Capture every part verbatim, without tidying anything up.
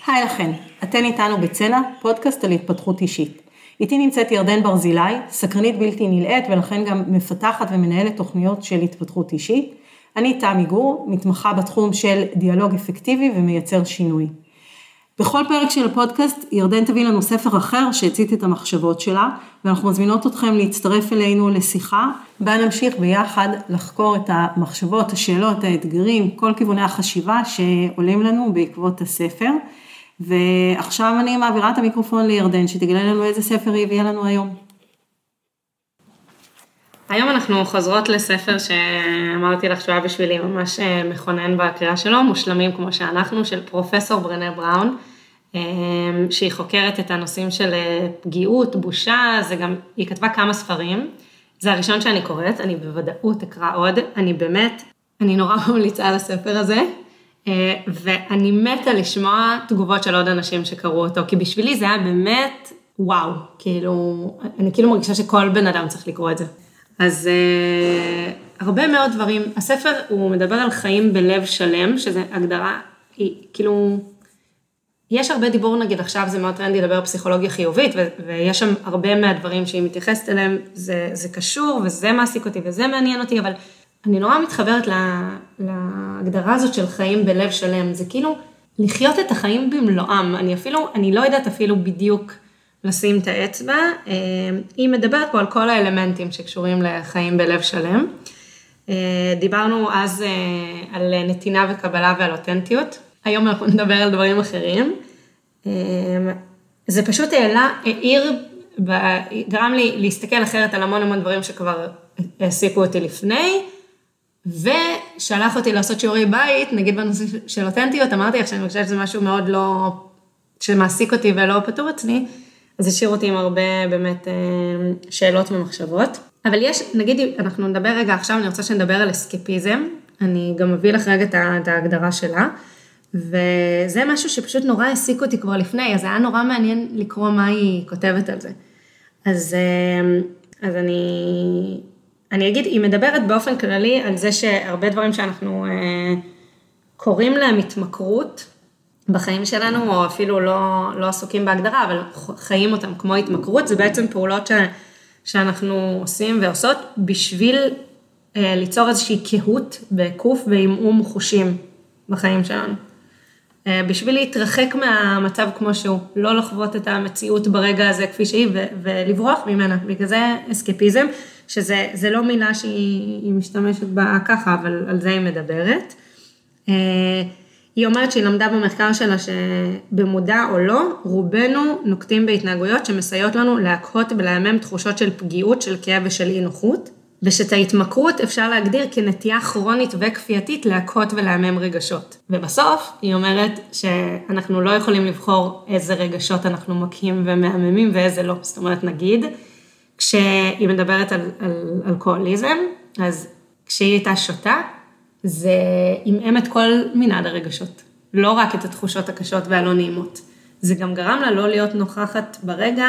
היי לכן, אתן איתנו בצנע, פודקאסט על התפתחות אישית. איתי נמצאת ירדן ברזילי, סקרנית בלתי נלאית ולכן גם מפתחת ומנהלת תוכניות של התפתחות אישית. אני תמי גור, מתמחה בתחום של דיאלוג אפקטיבי ומייצר שינוי. בכל פרק של הפודקאסט, ירדן תביא לנו ספר אחר שהצית את המחשבות שלה, ואנחנו מזמינות אתכם להצטרף אלינו לשיחה, בה נמשיך ביחד לחקור את המחשבות, השאלות, האתגרים, כל כיווני החשיבה שעולים לנו בעקבות הספר. ועכשיו אני מעבירה את המיקרופון לירדן, שתגלה לנו איזה ספר היא הביאה לנו היום. היום אנחנו חוזרות לספר שאמרתי לך שהוא היה בשבילי ממש מכונן בקריאה שלו, מושלמים כמו שאנחנו, של פרופסור ברנה בראון, שהיא חוקרת את הנושאים של פגיעות, בושה, זה גם, היא כתבה כמה ספרים, זה הראשון שאני קוראת, אני בוודאות אקרא עוד, אני באמת, אני נורא ממליצה על הספר הזה, ואני מתה לשמוע תגובות של עוד אנשים שקראו אותו, כי בשבילי זה היה באמת וואו, כאילו, אני כאילו מרגישה שכל בן אדם צריך לקרוא את זה. אז uh, הרבה מאוד דברים, הספר הוא מדבר על חיים בלב שלם, שזה הגדרה, היא, כאילו, יש הרבה דיבור נגיד עכשיו, זה מאוד טרנדי לדבר פסיכולוגיה חיובית, ו- ויש שם הרבה מהדברים שהיא מתייחסת אליהם, זה, זה קשור, וזה מעסיק אותי, וזה מעניין אותי, אבל אני נורא מתחברת לה, להגדרה הזאת של חיים בלב שלם, זה כאילו לחיות את החיים במלואם, אני אפילו, אני לא יודעת אפילו בדיוק, לשים את האצבע, היא מדברת פה על כל האלמנטים שקשורים לחיים בלב שלם. דיברנו אז על נתינה וקבלה ועל אותנטיות, היום אנחנו נדבר על דברים אחרים. זה פשוט העלה, העיר, גרם לי להסתכל אחרת על המון המון דברים שכבר העסיקו אותי לפני, ושלח אותי לעשות שיעורי בית, נגיד בנושא של אותנטיות, אמרתי לך שאני חושבת שזה משהו מאוד לא, שמעסיק אותי ולא פתור אצלי, אז השאיר אותי עם הרבה באמת שאלות ומחשבות. אבל יש, נגיד, אנחנו נדבר רגע עכשיו, אני רוצה שנדבר על אסקפיזם, אני גם מביא לך רגע את ההגדרה שלה, וזה משהו שפשוט נורא העסיק אותי כבר לפני, אז היה נורא מעניין לקרוא מה היא כותבת על זה. אז, אז אני, אני אגיד, היא מדברת באופן כללי על זה שהרבה דברים שאנחנו קוראים להם התמכרות, בחיים שלנו, או אפילו לא, לא עסוקים בהגדרה, אבל חיים אותם כמו התמכרות, זה בעצם פעולות ש, שאנחנו עושים ועושות, בשביל אה, ליצור איזושהי קהות בקוף ועמעום חושים בחיים שלנו. אה, בשביל להתרחק מהמצב כמו שהוא, לא לחוות את המציאות ברגע הזה כפי שהיא, ו, ולברוח ממנה, בגלל זה אסקפיזם, שזה זה לא מילה שהיא משתמשת בה ככה, אבל על זה היא מדברת. אה, היא אומרת שהיא למדה במחקר שלה שבמודע או לא, רובנו נוקטים בהתנהגויות שמסייעות לנו להקהות ולהימם תחושות של פגיעות, של כאב ושל אי נוחות, ושאת ההתמכרות אפשר להגדיר כנטייה כרונית וכפייתית להקהות ולהימם רגשות. ובסוף היא אומרת שאנחנו לא יכולים לבחור איזה רגשות אנחנו מקים ומהממים ואיזה לא. זאת אומרת, נגיד, כשהיא מדברת על, על אלכוהוליזם, אז כשהיא הייתה שותה, זה אימם את כל מנעד הרגשות, לא רק את התחושות הקשות והלא נעימות. זה גם גרם לה לא להיות נוכחת ברגע,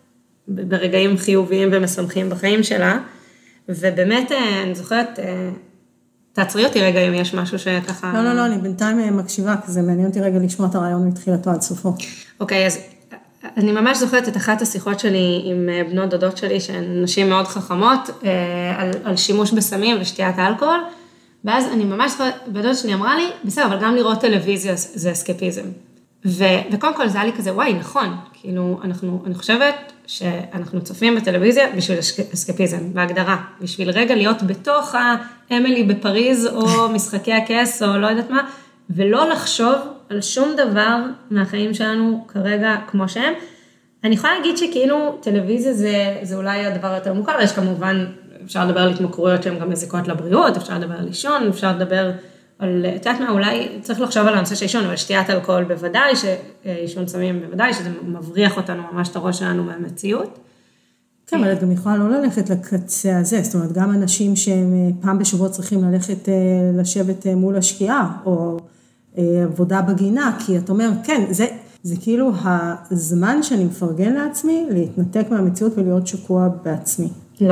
ברגעים חיוביים ומשמחים בחיים שלה, ובאמת, אני זוכרת, תעצרי אותי רגע אם יש משהו שככה... לא, לא, לא, אני בינתיים מקשיבה, כי זה מעניין אותי רגע לשמוע את הרעיון מתחילתו עד סופו. אוקיי, אז אני ממש זוכרת את אחת השיחות שלי עם בנות דודות שלי, שהן נשים מאוד חכמות, על, על שימוש בסמים ושתיית אלכוהול, ואז אני ממש, בדוד שלי אמרה לי, בסדר, אבל גם לראות טלוויזיה זה אסקפיזם. ו, וקודם כל זה היה לי כזה, וואי, נכון, כאילו, אנחנו, אני חושבת שאנחנו צופים בטלוויזיה בשביל אסקפיזם, בהגדרה, בשביל רגע להיות בתוך האמילי בפריז, או משחקי הכס, או לא יודעת מה, ולא לחשוב על שום דבר מהחיים שלנו כרגע כמו שהם. אני יכולה להגיד שכאילו טלוויזיה זה, זה אולי הדבר יותר מוכר, יש כמובן, אפשר לדבר על התמכרויות שהן גם מזיקות לבריאות, אפשר לדבר על לישון, אפשר לדבר על, את יודעת מה, אולי צריך לחשוב על הנושא של לישון, אבל שתיית אלכוהול בוודאי, שישון סמים בוודאי, שזה מבריח אותנו ממש את הראש שלנו מהמציאות. כן, אבל את גם יכולה לא ללכת לקצה הזה, זאת אומרת, גם אנשים שהם פעם בשבוע צריכים ללכת לשבת מול השקיעה, או עבודה בגינה, כי את אומר, כן, זה, זה כאילו הזמן שאני מפרגן לעצמי, להתנתק מהמציאות ולהיות שקוע בעצמי. לא.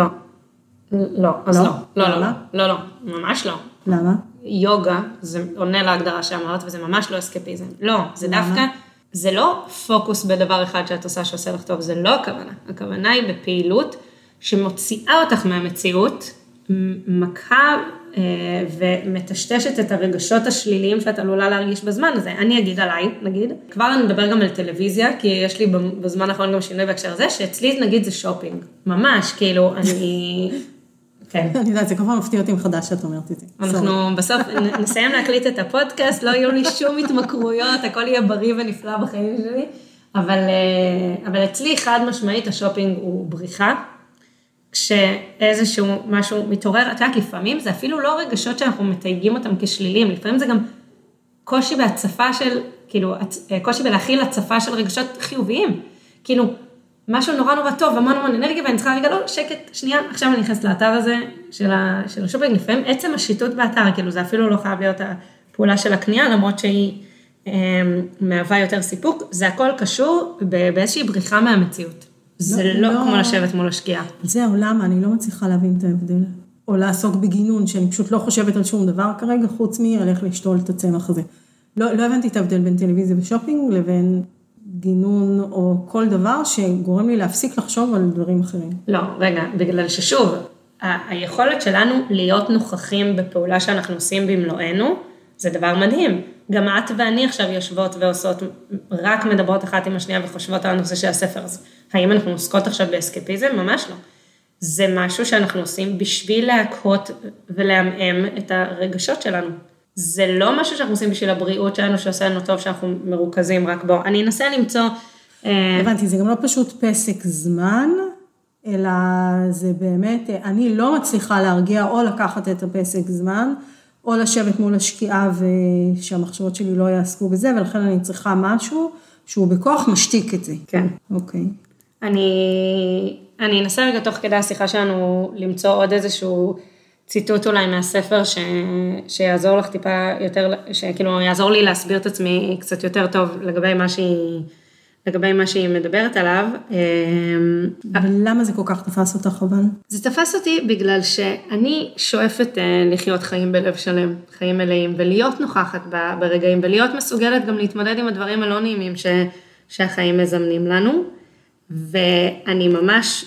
לא, אז לא. לא, לא, למה? לא, לא, ממש לא. למה? יוגה, זה עונה להגדרה שאמרת, וזה ממש לא אסקפיזם. לא, זה דווקא זה לא פוקוס בדבר אחד שאת עושה שעושה לך טוב, זה לא הכוונה. הכוונה היא בפעילות שמוציאה אותך מהמציאות, מכה ומטשטשת את הרגשות השליליים שאת עלולה להרגיש בזמן הזה. אני אגיד עליי, נגיד. כבר אני מדבר גם על טלוויזיה, כי יש לי בזמן האחרון גם שינוי בהקשר הזה, שאצלי נגיד זה שופינג. ממש, כאילו, אני... כן. אני יודעת, זה כל פעם מפתיע אותי מחדש שאת אומרת את זה. אנחנו בסוף נסיים להקליט את הפודקאסט, לא יהיו לי שום התמכרויות, הכל יהיה בריא ונפלא בחיים שלי, אבל, אבל אצלי חד משמעית השופינג הוא בריחה, כשאיזשהו משהו מתעורר, את יודעת, לפעמים זה אפילו לא רגשות שאנחנו מתייגים אותם כשלילים, לפעמים זה גם קושי בהצפה של, כאילו, קושי בלהכיל הצפה של רגשות חיוביים, כאילו, משהו נורא נורא טוב, המון המון אנרגיה, ואני צריכה רגע, לא, שקט, שנייה, עכשיו אני נכנסת לאתר הזה של, ה, של השופינג, לפעמים עצם השיטות באתר, כאילו זה אפילו לא חייב להיות הפעולה של הקנייה, למרות שהיא אה, מהווה יותר סיפוק, זה הכל קשור באיזושהי בריחה מהמציאות. זה לא, לא, לא כמו לשבת מול השקיעה. זה העולם, אני לא מצליחה להבין את ההבדל. או לעסוק בגינון, שאני פשוט לא חושבת על שום דבר כרגע, חוץ מי הלך לשתול את הצמח הזה. לא, לא הבנתי את ההבדל בין טלוויזיה ושופינג לבין גינון או כל דבר שגורם לי להפסיק לחשוב על דברים אחרים. לא, רגע, בגלל ששוב, ה- היכולת שלנו להיות נוכחים בפעולה שאנחנו עושים במלואנו, זה דבר מדהים. גם את ואני עכשיו יושבות ועושות, רק מדברות אחת עם השנייה וחושבות על הנושא של הספר הזה. האם אנחנו עוסקות עכשיו באסקפיזם? ממש לא. זה משהו שאנחנו עושים בשביל להקהות ולהמאם את הרגשות שלנו. זה לא משהו שאנחנו עושים בשביל הבריאות שלנו, שעושה לנו טוב, שאנחנו מרוכזים רק בו. אני אנסה למצוא... הבנתי, זה גם לא פשוט פסק זמן, אלא זה באמת, אני לא מצליחה להרגיע או לקחת את הפסק זמן, או לשבת מול השקיעה ושהמחשבות שלי לא יעסקו בזה, ולכן אני צריכה משהו שהוא בכוח משתיק את זה. כן. אוקיי. אני, אני אנסה רגע תוך כדי השיחה שלנו למצוא עוד איזשהו ציטוט אולי מהספר ש, שיעזור לך טיפה יותר, שכאילו יעזור לי להסביר את עצמי קצת יותר טוב לגבי מה שהיא, לגבי מה שהיא מדברת עליו. ולמה זה כל כך תפס אותך אבל? זה תפס אותי בגלל שאני שואפת לחיות חיים בלב שלם, חיים מלאים, ולהיות נוכחת ברגעים, ולהיות מסוגלת גם להתמודד עם הדברים הלא נעימים ש, שהחיים מזמנים לנו, ואני ממש,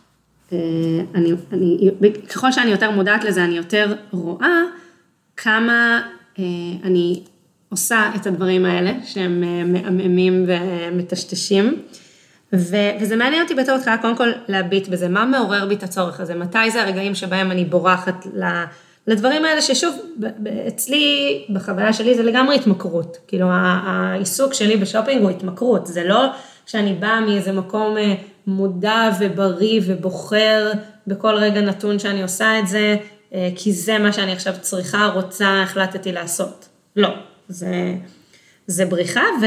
אני, אני, ככל שאני יותר מודעת לזה, אני יותר רואה כמה אני עושה את הדברים האלה, שהם מעממים ומטשטשים, ו- וזה מעניין אותי בתור התחלה, קודם כל להביט בזה, מה מעורר בי את הצורך הזה, מתי זה הרגעים שבהם אני בורחת לדברים האלה, ששוב, אצלי, בחוויה שלי, זה לגמרי התמכרות, כאילו העיסוק שלי בשופינג הוא התמכרות, זה לא שאני באה מאיזה מקום מודע ובריא ובוחר בכל רגע נתון שאני עושה את זה, כי זה מה שאני עכשיו צריכה, רוצה, החלטתי לעשות. לא, זה, זה בריחה ו,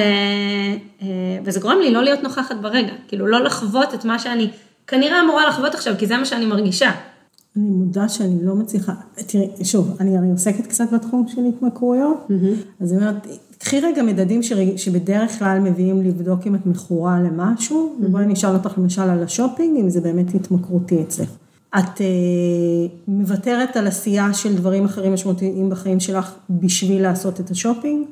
וזה גורם לי לא להיות נוכחת ברגע, כאילו לא לחוות את מה שאני כנראה אמורה לחוות עכשיו, כי זה מה שאני מרגישה. אני מודע שאני לא מצליחה, תראי, שוב, אני הרי עוסקת קצת בתחום של התמכרויות, mm-hmm. אז אני אומרת, קחי רגע מדדים שבדרך כלל מביאים לבדוק אם את מכורה למשהו, mm-hmm. ובואי נשאל אותך למשל על השופינג, אם זה באמת התמכרותי אצלך. את אה, מוותרת על עשייה של דברים אחרים משמעותיים בחיים שלך בשביל לעשות את השופינג?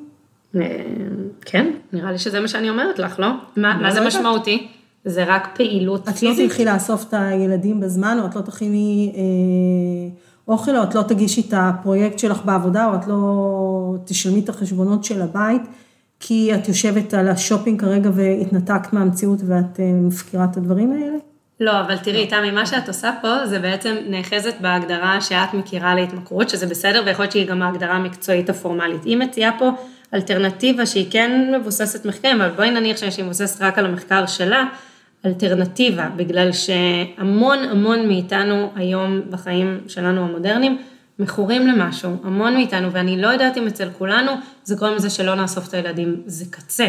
כן, נראה לי שזה מה שאני אומרת לך, לא? מה, מה זה משמעותי? זה רק פעילות פיזית. את לא תלכי לאסוף את הילדים בזמן, או את לא תכיני אה, אוכל, או את לא תגישי את הפרויקט שלך בעבודה, או את לא תשלמי את החשבונות של הבית, כי את יושבת על השופינג כרגע והתנתקת מהמציאות ואת אה, מפקירה את הדברים האלה? לא, אבל תראי, תמי, מה שאת עושה פה, זה בעצם נאחזת בהגדרה שאת מכירה להתמכרות, שזה בסדר, ויכול להיות שהיא גם ההגדרה המקצועית הפורמלית. היא מציעה פה אלטרנטיבה שהיא כן מבוססת מחקרים, אבל בואי נניח שהיא מבוססת רק על המחקר שלה, אלטרנטיבה, בגלל שהמון המון מאיתנו היום בחיים שלנו המודרניים, מכורים למשהו, המון מאיתנו, ואני לא יודעת אם אצל כולנו, זה קוראים לזה שלא נאסוף את הילדים, זה קצה.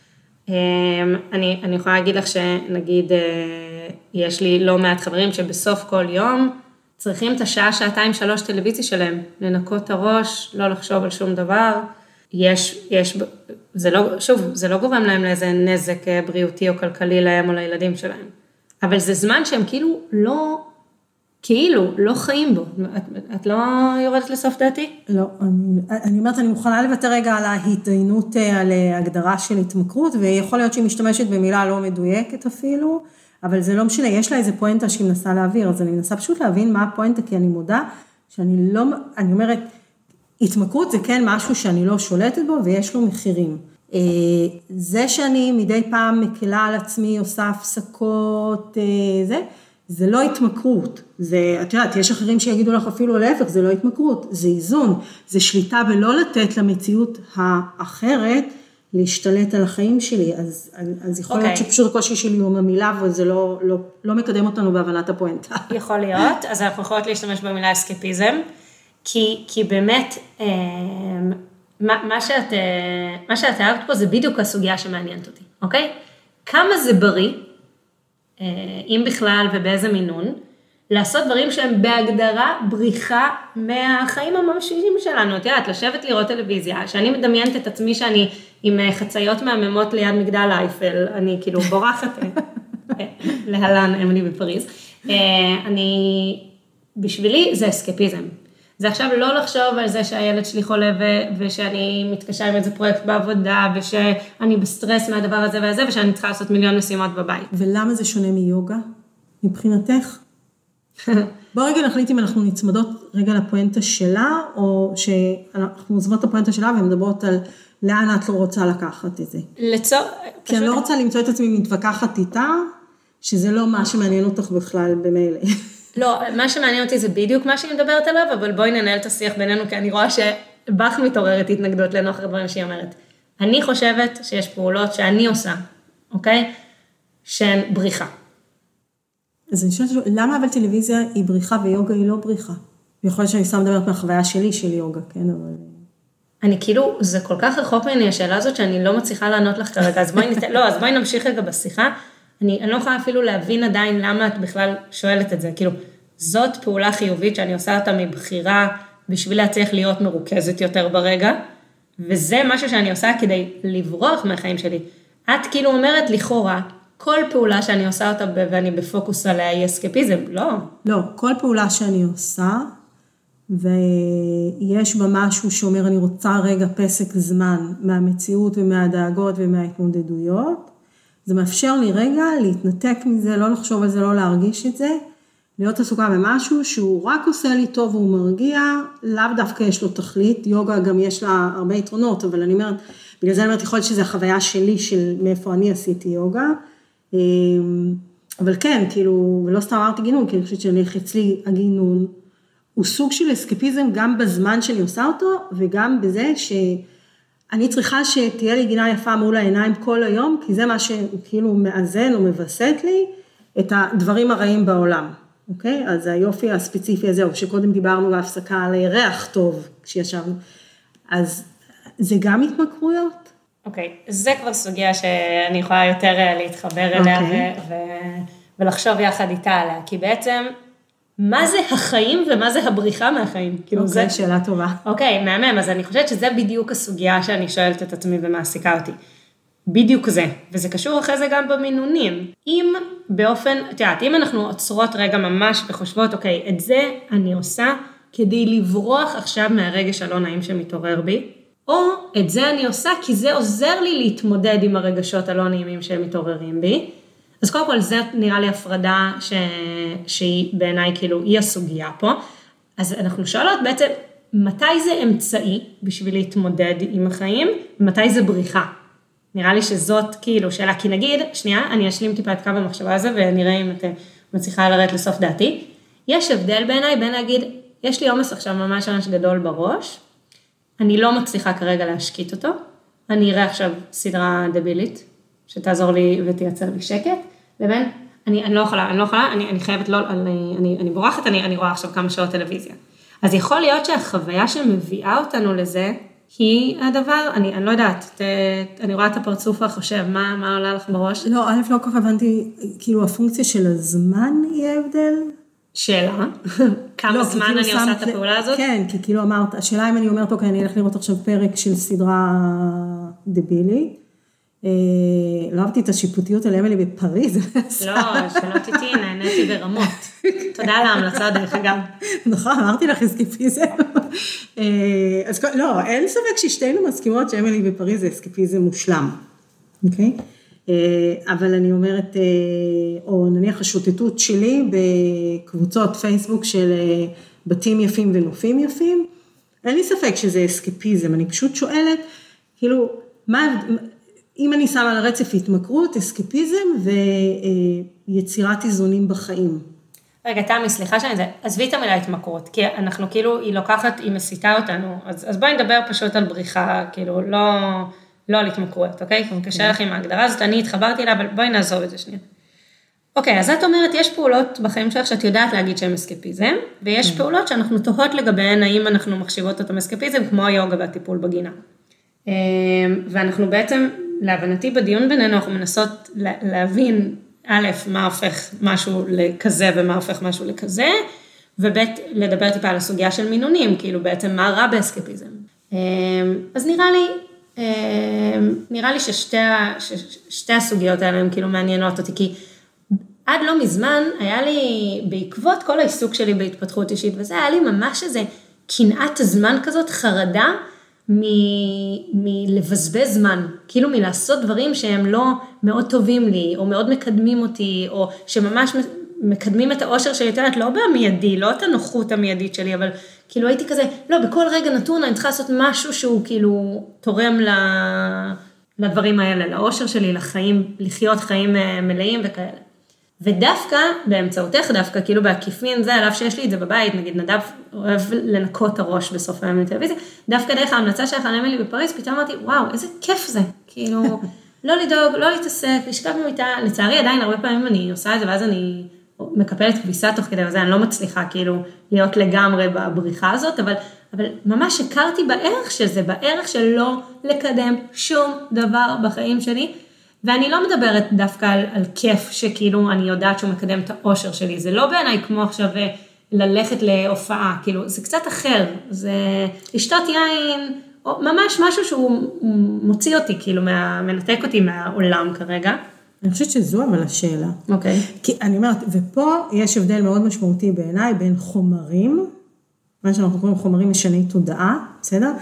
אני, אני יכולה להגיד לך שנגיד, יש לי לא מעט חברים שבסוף כל יום, צריכים את השעה, שעתיים, שלוש טלוויזיה שלהם, לנקות את הראש, לא לחשוב על שום דבר, יש, יש, זה לא, שוב, זה לא גורם להם לאיזה נזק בריאותי או כלכלי להם או לילדים שלהם, אבל זה זמן שהם כאילו לא, כאילו, לא חיים בו. את, את לא יורדת לסוף דעתי? לא, אני, אני אומרת, אני מוכנה לוותר רגע על ההתדיינות, על הגדרה של התמכרות, ויכול להיות שהיא משתמשת במילה לא מדויקת אפילו, אבל זה לא משנה, יש לה איזה פואנטה שהיא מנסה להעביר, אז אני מנסה פשוט להבין מה הפואנטה, כי אני מודה שאני לא, אני אומרת, התמכרות זה כן משהו שאני לא שולטת בו, ויש לו מחירים. זה שאני מדי פעם מקלה על עצמי, עושה הפסקות, זה, זה לא התמכרות. זה, את יודעת, יש אחרים שיגידו לך אפילו להפך, זה לא התמכרות, זה איזון, זה שליטה בלא לתת למציאות האחרת, להשתלט על החיים שלי, אז, אז יכול להיות שפשוט הקושי שלי הוא המילה, וזה לא, לא, לא מקדם אותנו בהבנת הפואנטה. יכול להיות, אז אנחנו יכולות להשתמש במילה אסקפיזם, כי, כי באמת, מה, מה שאת, מה שאת אהבת פה זה בדיוק הסוגיה שמעניינת אותי, אוקיי? כמה זה בריא, אם בכלל ובאיזה מינון, לעשות דברים שהם בהגדרה בריחה מהחיים הממשיים שלנו. את יודעת, לשבת לראות טלוויזיה, שאני מדמיינת את עצמי שאני עם חציות מהממות ליד מגדל אייפל, אני כאילו בורחת, להלן אמילי בפריז. אני, בשבילי זה אסקפיזם. זה עכשיו לא לחשוב על זה שהילד שלי חולה ושאני מתקשה עם איזה פרויקט בעבודה ושאני בסטרס מהדבר הזה והזה ושאני צריכה לעשות מיליון משימות בבית. ולמה זה שונה מיוגה? מבחינתך? בוא רגע נחליט אם אנחנו נצמדות רגע לפואנטה שלה, או שאנחנו עוזבות את הפואנטה שלה ומדברות על לאן את לא רוצה לקחת את זה. לצור... כי אני לא רוצה למצוא את עצמי מתווכחת איתה, שזה לא מה שמעניין אותך בכלל במילא. לא, מה שמעניין אותי זה בדיוק מה שהיא מדברת עליו, אבל בואי ננהל את השיח בינינו, כי אני רואה שבך מתעוררת התנגדות לנוכח הדברים שהיא אומרת. אני חושבת שיש פעולות שאני עושה, אוקיי? שהן בריחה. אז אני חושבת, למה אבל טלוויזיה היא בריחה ויוגה היא לא בריחה? יכול להיות שאני סתם מדברת מהחוויה שלי של יוגה, כן, אבל... אני כאילו, זה כל כך רחוק ממני השאלה הזאת, שאני לא מצליחה לענות לך כרגע, אז בואי, נת... לא, אז בואי נמשיך רגע בשיחה. אני, אני לא יכולה אפילו להבין עדיין למה את בכלל שואלת את זה. כאילו, זאת פעולה חיובית שאני עושה אותה מבחירה, בשביל להצליח להיות מרוכזת יותר ברגע, וזה משהו שאני עושה כדי לברוח מהחיים שלי. את כאילו אומרת לכאורה, כל פעולה שאני עושה אותה ואני בפוקוס עליה היא אסקפיזם, לא. לא, כל פעולה שאני עושה, ויש בה משהו שאומר אני רוצה רגע פסק זמן מהמציאות ומהדאגות ומההתמודדויות, זה מאפשר לי רגע להתנתק מזה, לא לחשוב על זה, לא להרגיש את זה, להיות עסוקה במשהו שהוא רק עושה לי טוב והוא מרגיע, לאו דווקא יש לו תכלית, יוגה גם יש לה הרבה יתרונות, אבל אני אומרת, בגלל זה אני אומרת, יכול להיות שזו החוויה שלי של מאיפה אני עשיתי יוגה, אבל כן, כאילו, ולא סתם אמרתי גינון, כי אני חושבת שאני אצלי הגינון, הוא סוג של אסקפיזם גם בזמן שאני עושה אותו, וגם בזה שאני צריכה שתהיה לי גינה יפה מול העיניים כל היום, כי זה מה שכאילו מאזן או מבסט לי את הדברים הרעים בעולם, אוקיי? אז היופי הספציפי הזה, או שקודם דיברנו בהפסקה על ריח טוב כשישבנו, אז זה גם התמכרויות? אוקיי, זה כבר סוגיה שאני יכולה יותר להתחבר אליה ו- ו- ולחשוב יחד איתה עליה, כי בעצם מה זה החיים ומה זה הבריחה מהחיים? אוקיי, זה שאלה טובה. אוקיי, מהמם, אז אני חושבת שזה בדיוק הסוגיה שאני שואלת את עצמי ומעסיקה אותי. בדיוק זה, וזה קשור אחרי זה גם במינונים. אם באופן, את יודעת, אם אנחנו עוצרות רגע ממש וחושבות, אוקיי, את זה אני עושה כדי לברוח עכשיו מהרגש הלא נעים שמתעורר בי, או את זה אני עושה כי זה עוזר לי להתמודד עם הרגשות הלא נעימים שהם מתעוררים בי. אז קודם כל זה נראה לי הפרדה ש... שהיא בעיניי כאילו היא הסוגיה פה. אז אנחנו שואלות בעצם מתי זה אמצעי בשביל להתמודד עם החיים, ומתי זה בריחה. נראה לי שזאת כאילו שאלה, כי נגיד, שנייה, אני אשלים טיפה את קו המחשבה הזה ונראה אם את מצליחה לרדת לסוף דעתי. יש הבדל בעיניי בין להגיד, יש לי עומס עכשיו ממש ממש גדול בראש, אני לא מצליחה כרגע להשקיט אותו, אני אראה עכשיו סדרה דבילית, שתעזור לי ותייצר לי שקט, לבין, אני, אני לא יכולה, אני לא יכולה, אני, אני חייבת לא, אני, אני, אני בורחת, אני, אני רואה עכשיו כמה שעות טלוויזיה. אז יכול להיות שהחוויה שמביאה אותנו לזה, היא הדבר, אני, אני לא יודעת, ת, אני רואה את הפרצוף החושב, מה, מה עולה לך בראש? לא, א' לא כל כך הבנתי, כאילו הפונקציה של הזמן יהיה הבדל? שאלה, כמה לא, זמן אני עושה את הפעולה הזאת? כן, כי כאילו אמרת, השאלה אם אני אומרת, אוקיי, אני אלך לראות עכשיו פרק של סדרה דבילי, לא אהבתי את השיפוטיות על אמילי בפריז. לא, שאלות איתי, נהניתי ברמות. תודה על ההמלצה דרך אגב. נכון, אמרתי לך אסקפיזם. אז לא, אין ספק ששתינו מסכימות שאמילי בפריז זה אסקפיזם מושלם. אוקיי? אבל אני אומרת, או נניח השוטטות שלי בקבוצות פייסבוק של בתים יפים ונופים יפים, אין לי ספק שזה אסקפיזם, אני פשוט שואלת, כאילו, מה, אם אני שמה על הרצף התמכרות, אסקפיזם ויצירת איזונים בחיים. רגע, תמי, סליחה שאני זה, עזבי את המילה התמכרות, כי אנחנו כאילו, היא לוקחת, היא מסיתה אותנו, אז, אז בואי נדבר פשוט על בריחה, כאילו, לא, לא על התמכרות, אוקיי? כי קשה לך עם ההגדרה הזאת, אני התחברתי לה, אבל בואי נעזוב את זה שנייה. אוקיי, אז את אומרת, יש פעולות בחיים שלך שאת יודעת להגיד שהן אסקפיזם, ויש פעולות שאנחנו תוהות לגביהן, האם אנחנו מחשיבות אותם אסקפיזם, כמו היוגה והטיפול בגינה. ואנחנו בעצם, להבנתי בדיון בינינו, אנחנו מנסות להבין, א', מה הופך משהו לכזה ומה הופך משהו לכזה, וב', לדבר טיפה על הסוגיה של מינונים, כאילו בעצם מה רע באסקפיזם. אז נראה לי, נראה לי ששתי, ששתי הסוגיות האלה הן כאילו מעניינות אותי, כי עד לא מזמן היה לי, בעקבות כל העיסוק שלי בהתפתחות אישית, וזה היה לי ממש איזה קנאת זמן כזאת, חרדה, מלבזבז זמן, כאילו מלעשות דברים שהם לא מאוד טובים לי, או מאוד מקדמים אותי, או שממש מקדמים את האושר שלי, תראית, לא במיידי, לא את הנוחות המיידית שלי, אבל כאילו הייתי כזה, לא, בכל רגע נתון אני צריכה לעשות משהו שהוא כאילו תורם לדברים האלה, לאושר שלי, לחיים, לחיות חיים מלאים וכאלה. ודווקא, באמצעותך דווקא, כאילו בעקיפין זה, עליו שיש לי את זה בבית, נגיד נדב אוהב לנקות הראש בסוף היום בטלוויזיה, דווקא דרך ההמלצה שלך על אמילי בפריז, פתאום אמרתי, וואו, איזה כיף זה, כאילו, לא לדאוג, לא להתעסק, לשכב במיטה, לצערי עדיין הרבה פעמים אני עושה את זה, ואז אני מקפלת כביסה תוך כדי, וזה אני לא מצליחה כאילו להיות לגמרי בבריחה הזאת, אבל, אבל ממש הכרתי בערך של זה, בערך של לא לקדם שום דבר בחיים שלי, ואני לא מדברת דווקא על, על כיף שכאילו אני יודעת שהוא מקדם את האושר שלי, זה לא בעיניי כמו עכשיו ללכת להופעה, כאילו זה קצת אחר, זה לשתות יין, או ממש משהו שהוא מוציא אותי, כאילו מנתק אותי מהעולם כרגע. אני חושבת שזו אבל השאלה. אוקיי. כי אני אומרת, ופה יש הבדל מאוד משמעותי בעיניי בין חומרים, מה שאנחנו קוראים חומרים משני תודעה, בסדר?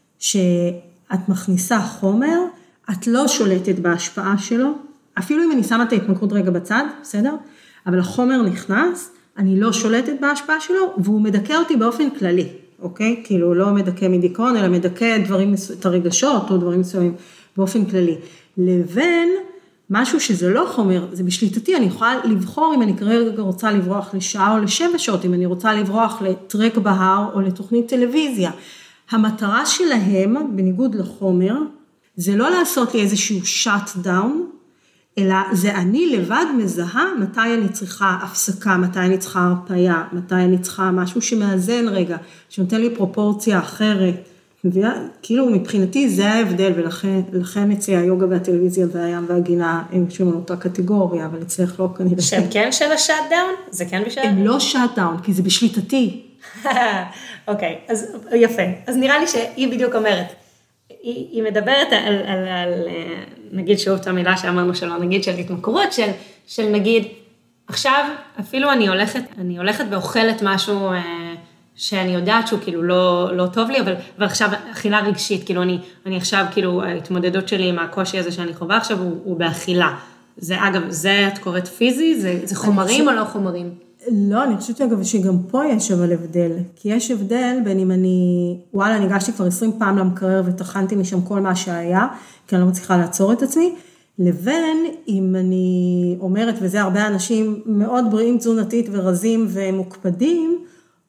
שאת מכניסה חומר, את לא שולטת בהשפעה שלו, אפילו אם אני שמה את ההתמכרות רגע בצד, בסדר? אבל החומר נכנס, אני לא שולטת בהשפעה שלו, והוא מדכא אותי באופן כללי, אוקיי? כאילו לא מדכא מדיכאון, אלא מדכא דברים, את הרגשות או דברים מסוימים באופן כללי. לבין משהו שזה לא חומר, זה בשליטתי, אני יכולה לבחור אם אני כרגע רוצה לברוח לשעה או לשבע שעות, אם אני רוצה לברוח לטרק בהר או לתוכנית טלוויזיה. המטרה שלהם, בניגוד לחומר, זה לא לעשות לי איזשהו shut down, אלא זה אני לבד מזהה מתי אני צריכה הפסקה, מתי אני צריכה הרפאיה, מתי אני צריכה משהו שמאזן רגע, שנותן לי פרופורציה אחרת. כאילו מבחינתי זה ההבדל, ולכן אצלי היוגה והטלוויזיה והים והגינה הם שום אותה קטגוריה, אבל אצלך לא כנראה. שהם כן של ה-shut down? זה כן בשביל? הם לא shut down, כי זה בשליטתי. אוקיי, אז יפה. אז נראה לי שהיא בדיוק אומרת, היא, היא מדברת על, על, על, נגיד שוב את המילה שאמרנו שלא, נגיד של התמכרות, של, של נגיד, עכשיו אפילו אני הולכת, אני הולכת ואוכלת משהו שאני יודעת שהוא כאילו לא, לא טוב לי, אבל, אבל עכשיו אכילה רגשית, כאילו אני, אני עכשיו כאילו ההתמודדות שלי עם הקושי הזה שאני חווה עכשיו הוא, הוא באכילה. זה אגב, זה את קוראת פיזי? זה, זה חומרים חושב... או לא חומרים? לא, אני חושבת אגב שגם פה יש אבל הבדל, כי יש הבדל בין אם אני, וואלה, אני הגשתי כבר עשרים פעם למקרר ותחנתי משם כל מה שהיה, כי אני לא מצליחה לעצור את עצמי, לבין אם אני אומרת, וזה הרבה אנשים מאוד בריאים תזונתית ורזים ומוקפדים,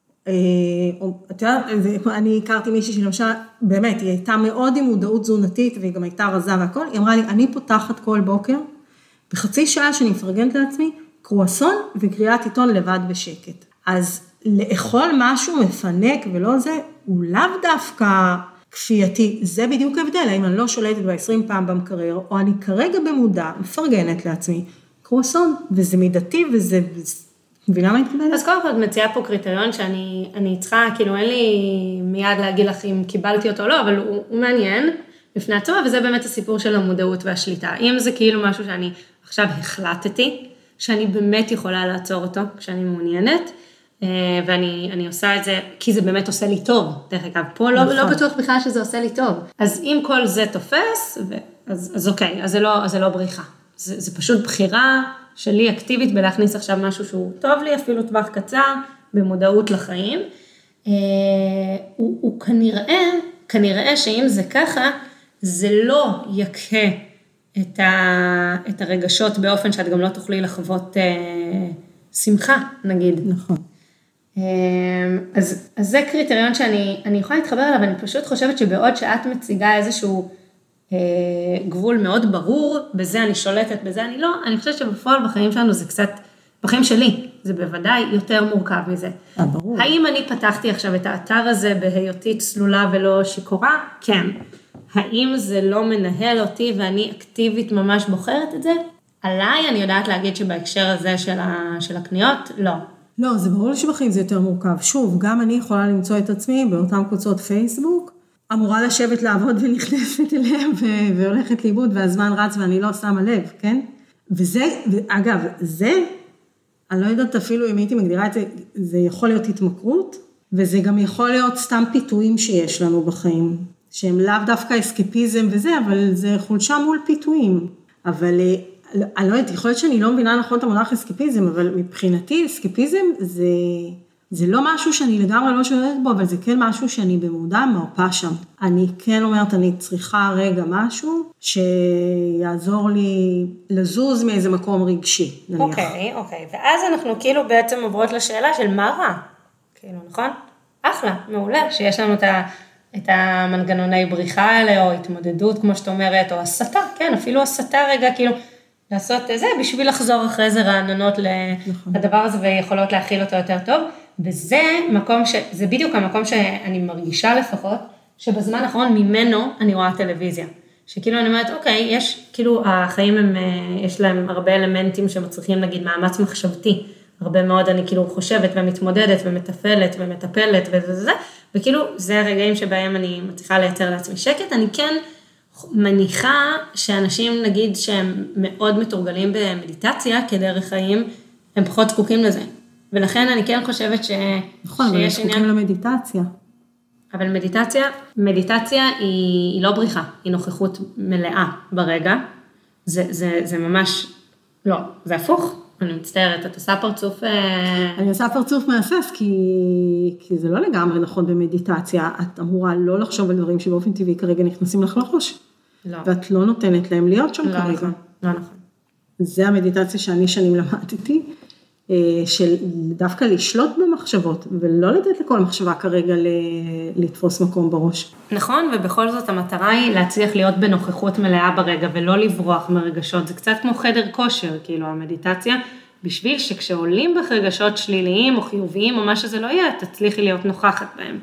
אתה יודע, אני הכרתי מישהי שלמשל, באמת, היא הייתה מאוד עם מודעות תזונתית, והיא גם הייתה רזה והכל, היא אמרה לי, אני פותחת כל בוקר, בחצי שעה שאני מפרגנת לעצמי, קרואסון וקריאת עיתון לבד בשקט. אז לאכול משהו מפנק ולא זה, הוא לאו דווקא כפייתי, זה בדיוק הבדל, האם אני לא שולטת ב-עשרים פעם במקרר, או אני כרגע במודע מפרגנת לעצמי, קרואסון, וזה מידתי וזה... מבינה מה התקבל? אז קודם כל את מציעה פה קריטריון שאני אני צריכה, כאילו אין לי מיד להגיד לך אם קיבלתי אותו או לא, אבל הוא, הוא מעניין, בפני עצמו, וזה באמת הסיפור של המודעות והשליטה. אם זה כאילו משהו שאני עכשיו החלטתי, שאני באמת יכולה לעצור אותו כשאני מעוניינת, ואני אני עושה את זה, כי זה באמת עושה לי טוב, דרך אגב, פה לא, לא בטוח בכלל שזה עושה לי טוב. אז אם כל זה תופס, אז, אז אוקיי, אז זה לא, אז זה לא בריחה. זה, זה פשוט בחירה שלי אקטיבית בלהכניס עכשיו משהו שהוא טוב לי, אפילו טווח קצר, במודעות לחיים. הוא, הוא כנראה, כנראה שאם זה ככה, זה לא יקה את, ה, את הרגשות באופן שאת גם לא תוכלי לחוות אה, שמחה, נגיד. נכון. אז, אז זה קריטריון שאני אני יכולה להתחבר אליו, אני פשוט חושבת שבעוד שאת מציגה איזשהו אה, גבול מאוד ברור, בזה אני שולטת, בזה אני לא, אני חושבת שבפועל בחיים שלנו זה קצת, בחיים שלי, זה בוודאי יותר מורכב מזה. אה, ברור. האם אני פתחתי עכשיו את האתר הזה בהיותי צלולה ולא שיכורה? כן. האם זה לא מנהל אותי ואני אקטיבית ממש בוחרת את זה? עליי אני יודעת להגיד שבהקשר הזה של, ה, של הקניות, לא. לא, זה ברור שבחיים זה יותר מורכב. שוב, גם אני יכולה למצוא את עצמי באותן קבוצות פייסבוק, אמורה לשבת לעבוד ונכנסת אליהם ו- והולכת לאיבוד, והזמן רץ ואני לא שמה לב, כן? וזה, אגב, זה, אני לא יודעת אפילו אם הייתי מגדירה את זה, זה יכול להיות התמכרות, וזה גם יכול להיות סתם פיתויים שיש לנו בחיים, שהם לאו דווקא אסקפיזם וזה, אבל זה חולשה מול פיתויים. אבל אני לא יודעת, יכול להיות שאני לא מבינה נכון את המונח אסקפיזם, אבל מבחינתי אסקפיזם זה, זה לא משהו שאני לגמרי לא שולטת בו, אבל זה כן משהו שאני במודע מרפא שם. אני כן אומרת, אני צריכה רגע משהו שיעזור לי לזוז מאיזה מקום רגשי, נניח. אוקיי, אוקיי. ואז אנחנו כאילו בעצם עוברות לשאלה של מה רע? כאילו, נכון? אחלה, מעולה, שיש לנו את ה... את המנגנוני בריחה האלה, או התמודדות, כמו שאת אומרת, או הסתה, כן, אפילו הסתה רגע, כאילו, לעשות זה, בשביל לחזור אחרי זה רעננות לדבר הזה, ויכולות להכיל אותו יותר טוב, וזה מקום ש... זה בדיוק המקום שאני מרגישה לפחות, שבזמן האחרון ממנו אני רואה טלוויזיה. שכאילו אני אומרת, אוקיי, יש, כאילו, החיים הם, יש להם הרבה אלמנטים שמצריכים, נגיד, מאמץ מחשבתי, הרבה מאוד אני כאילו חושבת ומתמודדת ומטפלת ומטפלת וזה, וכאילו זה הרגעים שבהם אני מצליחה לייצר לעצמי שקט. אני כן מניחה שאנשים נגיד שהם מאוד מתורגלים במדיטציה כדרך חיים, הם פחות זקוקים לזה. ולכן אני כן חושבת ש... נכון, אבל הם זקוקים למדיטציה. אבל מדיטציה, מדיטציה היא, היא לא בריחה, היא נוכחות מלאה ברגע. זה, זה, זה ממש, לא, זה הפוך. אני מצטערת, את עושה פרצוף... אני עושה פרצוף מאסף, כי, כי זה לא לגמרי נכון במדיטציה. את אמורה לא לחשוב על דברים שבאופן טבעי כרגע נכנסים לך לראש. לא. ואת לא נותנת להם להיות שם לא כרגע. נכון, לא נכון. זה המדיטציה שאני שנים למדתי, של דווקא לשלוט במחשבות, ולא לתת לכל מחשבה כרגע לתפוס מקום בראש. נכון, ובכל זאת המטרה היא להצליח להיות בנוכחות מלאה ברגע, ולא לברוח מרגשות. זה קצת כמו חדר כושר, כאילו המדיטציה, בשביל שכשעולים בך רגשות שליליים או חיוביים, או מה שזה לא יהיה, תצליחי להיות נוכחת בהם.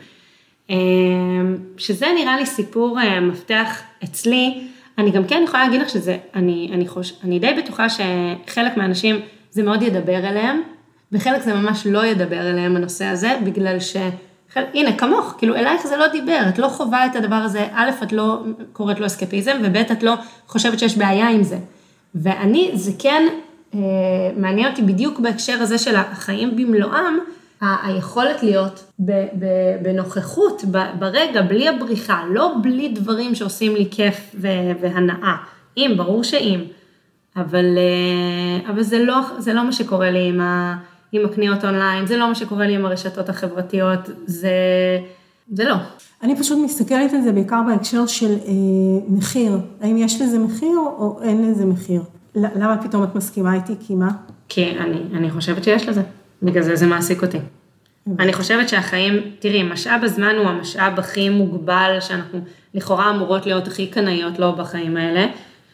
שזה נראה לי סיפור מפתח אצלי. אני גם כן יכולה להגיד לך שזה, אני, אני, חוש, אני די בטוחה שחלק מהאנשים זה מאוד ידבר אליהם, וחלק זה ממש לא ידבר אליהם הנושא הזה, בגלל ש... הנה, כמוך, כאילו אלייך זה לא דיבר, את לא חובה את הדבר הזה, א', את לא קוראת לו אסקפיזם, וב', את לא חושבת שיש בעיה עם זה. ואני, זה כן אה, מעניין אותי בדיוק בהקשר הזה של החיים במלואם, ה- היכולת להיות ב- ב- בנוכחות, ב- ברגע, בלי הבריחה, לא בלי דברים שעושים לי כיף ו- והנאה. אם, ברור שאם. אבל, אבל זה לא, זה לא מה שקורה לי עם, ה, עם הקניות אונליין, זה לא מה שקורה לי עם הרשתות החברתיות, זה, זה לא. אני פשוט מסתכלת על זה בעיקר בהקשר של אה, מחיר. האם יש לזה מחיר או אין לזה מחיר? למה פתאום את מסכימה איתי? כי מה? כי אני, אני חושבת שיש לזה. בגלל זה זה מעסיק אותי. אני חושבת שהחיים, תראי, משאב הזמן הוא המשאב הכי מוגבל, שאנחנו לכאורה אמורות להיות הכי קנאיות לו בחיים האלה,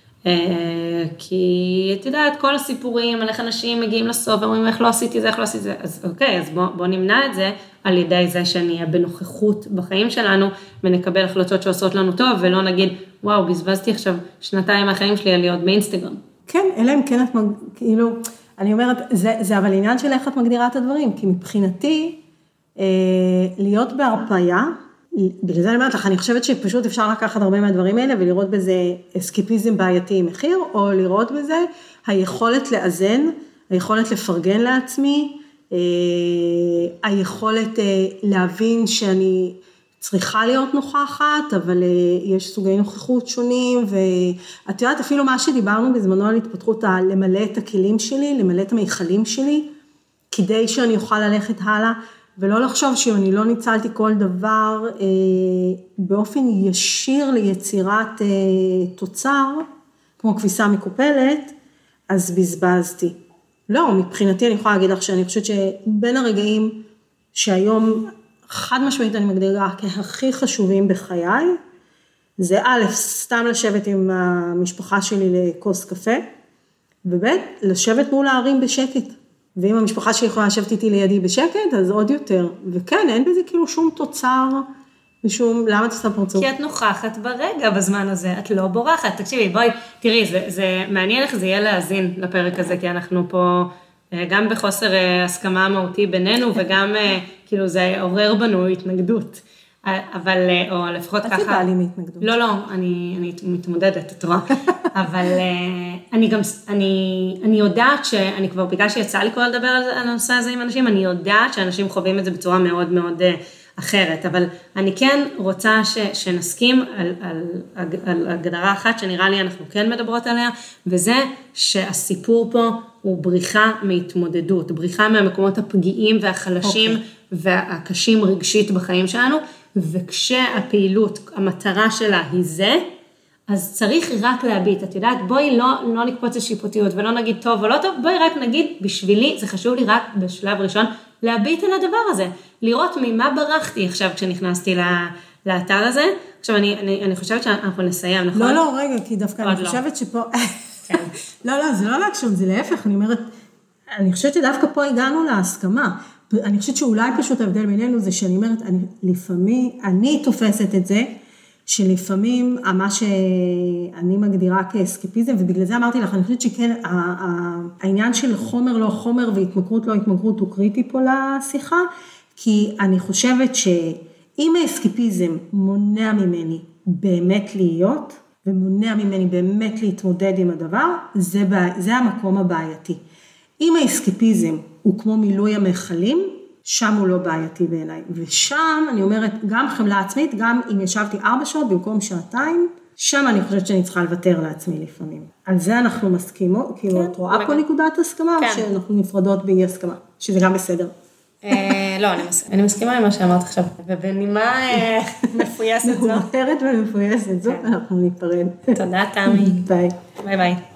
כי את יודעת, כל הסיפורים על איך אנשים מגיעים לסוף, ואומרים איך לא עשיתי זה, איך לא עשיתי זה, אז אוקיי, אז בוא, בוא נמנע את זה, על ידי זה שנהיה בנוכחות בחיים שלנו, ונקבל החלטות שעושות לנו טוב, ולא נגיד, וואו, בזבזתי עכשיו שנתיים מהחיים שלי על להיות באינסטגרם. כן, אלא אם כן את, כאילו, אני אומרת, זה, זה אבל עניין של איך את מגדירה את הדברים, כי מבחינתי, אה, להיות בהרפאיה, בגלל זה אני אומרת לך, אני חושבת שפשוט אפשר לקחת הרבה מהדברים האלה, ולראות בזה אסקיפיזם בעייתי עם מחיר, או לראות בזה היכולת לאזן, היכולת לפרגן לעצמי, היכולת להבין שאני צריכה להיות נוכחת, אבל יש סוגי נוכחות שונים, ואת יודעת אפילו מה שדיברנו בזמנו על התפתחות, למלא את הכלים שלי, למלא את המיכלים שלי, כדי שאני אוכל ללכת הלאה, ולא לחשוב שאם אני לא ניצלתי כל דבר אה, באופן ישיר ליצירת אה, תוצר, כמו כביסה מקופלת, אז בזבזתי. לא, מבחינתי אני יכולה להגיד לך שאני חושבת שבין הרגעים שהיום חד משמעית אני מגדירה כהכי חשובים בחיי, זה א', סתם לשבת עם המשפחה שלי לכוס קפה, וב', לשבת מול הערים בשקט. ואם המשפחה שלי יכולה לשבת איתי לידי בשקט, אז עוד יותר. וכן, אין בזה כאילו שום תוצר, ושום, למה את עושה פרצוף? כי את נוכחת ברגע בזמן הזה, את לא בורחת. תקשיבי, בואי, תראי, זה, זה מעניין איך זה יהיה להאזין לפרק הזה, כי אנחנו פה גם בחוסר הסכמה מהותי בינינו, וגם כאילו זה עורר בנו התנגדות. אבל, או לפחות ככה... את באה לי מהתנגדות. לא, לא, אני, אני מתמודדת, את רואה. אבל אני גם, אני, אני יודעת שאני כבר, בגלל שיצא לי כבר לדבר על הנושא הזה עם אנשים, אני יודעת שאנשים חווים את זה בצורה מאוד מאוד אחרת, אבל אני כן רוצה ש, שנסכים על, על, על הגדרה אחת שנראה לי אנחנו כן מדברות עליה, וזה שהסיפור פה הוא בריחה מהתמודדות, בריחה מהמקומות הפגיעים והחלשים okay. והקשים רגשית בחיים שלנו, וכשהפעילות, המטרה שלה היא זה, אז צריך רק להביט, את יודעת, בואי לא, לא נקפוץ לשיפוטיות, ולא נגיד טוב או לא טוב, בואי רק נגיד, בשבילי, זה חשוב לי רק בשלב ראשון, להביט על הדבר הזה, לראות ממה ברחתי עכשיו כשנכנסתי לאתר הזה, עכשיו אני, אני, אני חושבת שאנחנו נסיים, נכון? לא, לא, רגע, כי דווקא אני חושבת לא. שפה, כן. לא, לא, זה לא להקשוב, זה להפך, אני אומרת, אני חושבת שדווקא פה הגענו להסכמה, אני חושבת שאולי פשוט ההבדל בינינו זה שאני אומרת, אני, לפעמים, אני תופסת את זה, שלפעמים מה שאני מגדירה כאסקפיזם, ובגלל זה אמרתי לך, אני חושבת שכן, העניין של חומר לא חומר והתמכרות לא התמכרות הוא קריטי פה לשיחה, כי אני חושבת שאם האסקפיזם מונע ממני באמת להיות, ומונע ממני באמת להתמודד עם הדבר, זה, זה המקום הבעייתי. אם האסקפיזם הוא כמו מילוי המחלים, שם הוא לא בעייתי בעיניי. ושם אני אומרת, גם חמלה עצמית, גם אם ישבתי ארבע שעות במקום שעתיים, שם אני חושבת שאני צריכה לוותר לעצמי לפעמים. על זה אנחנו מסכימות, כאילו את רואה פה נקודת הסכמה, או שאנחנו נפרדות באי הסכמה, שזה גם בסדר. לא, אני מסכימה עם מה שאמרת עכשיו, ובנימה מפויסת זו. מאוחרת ומפויסת זו, אנחנו ניפרד. תודה, תמי. ביי. ביי ביי.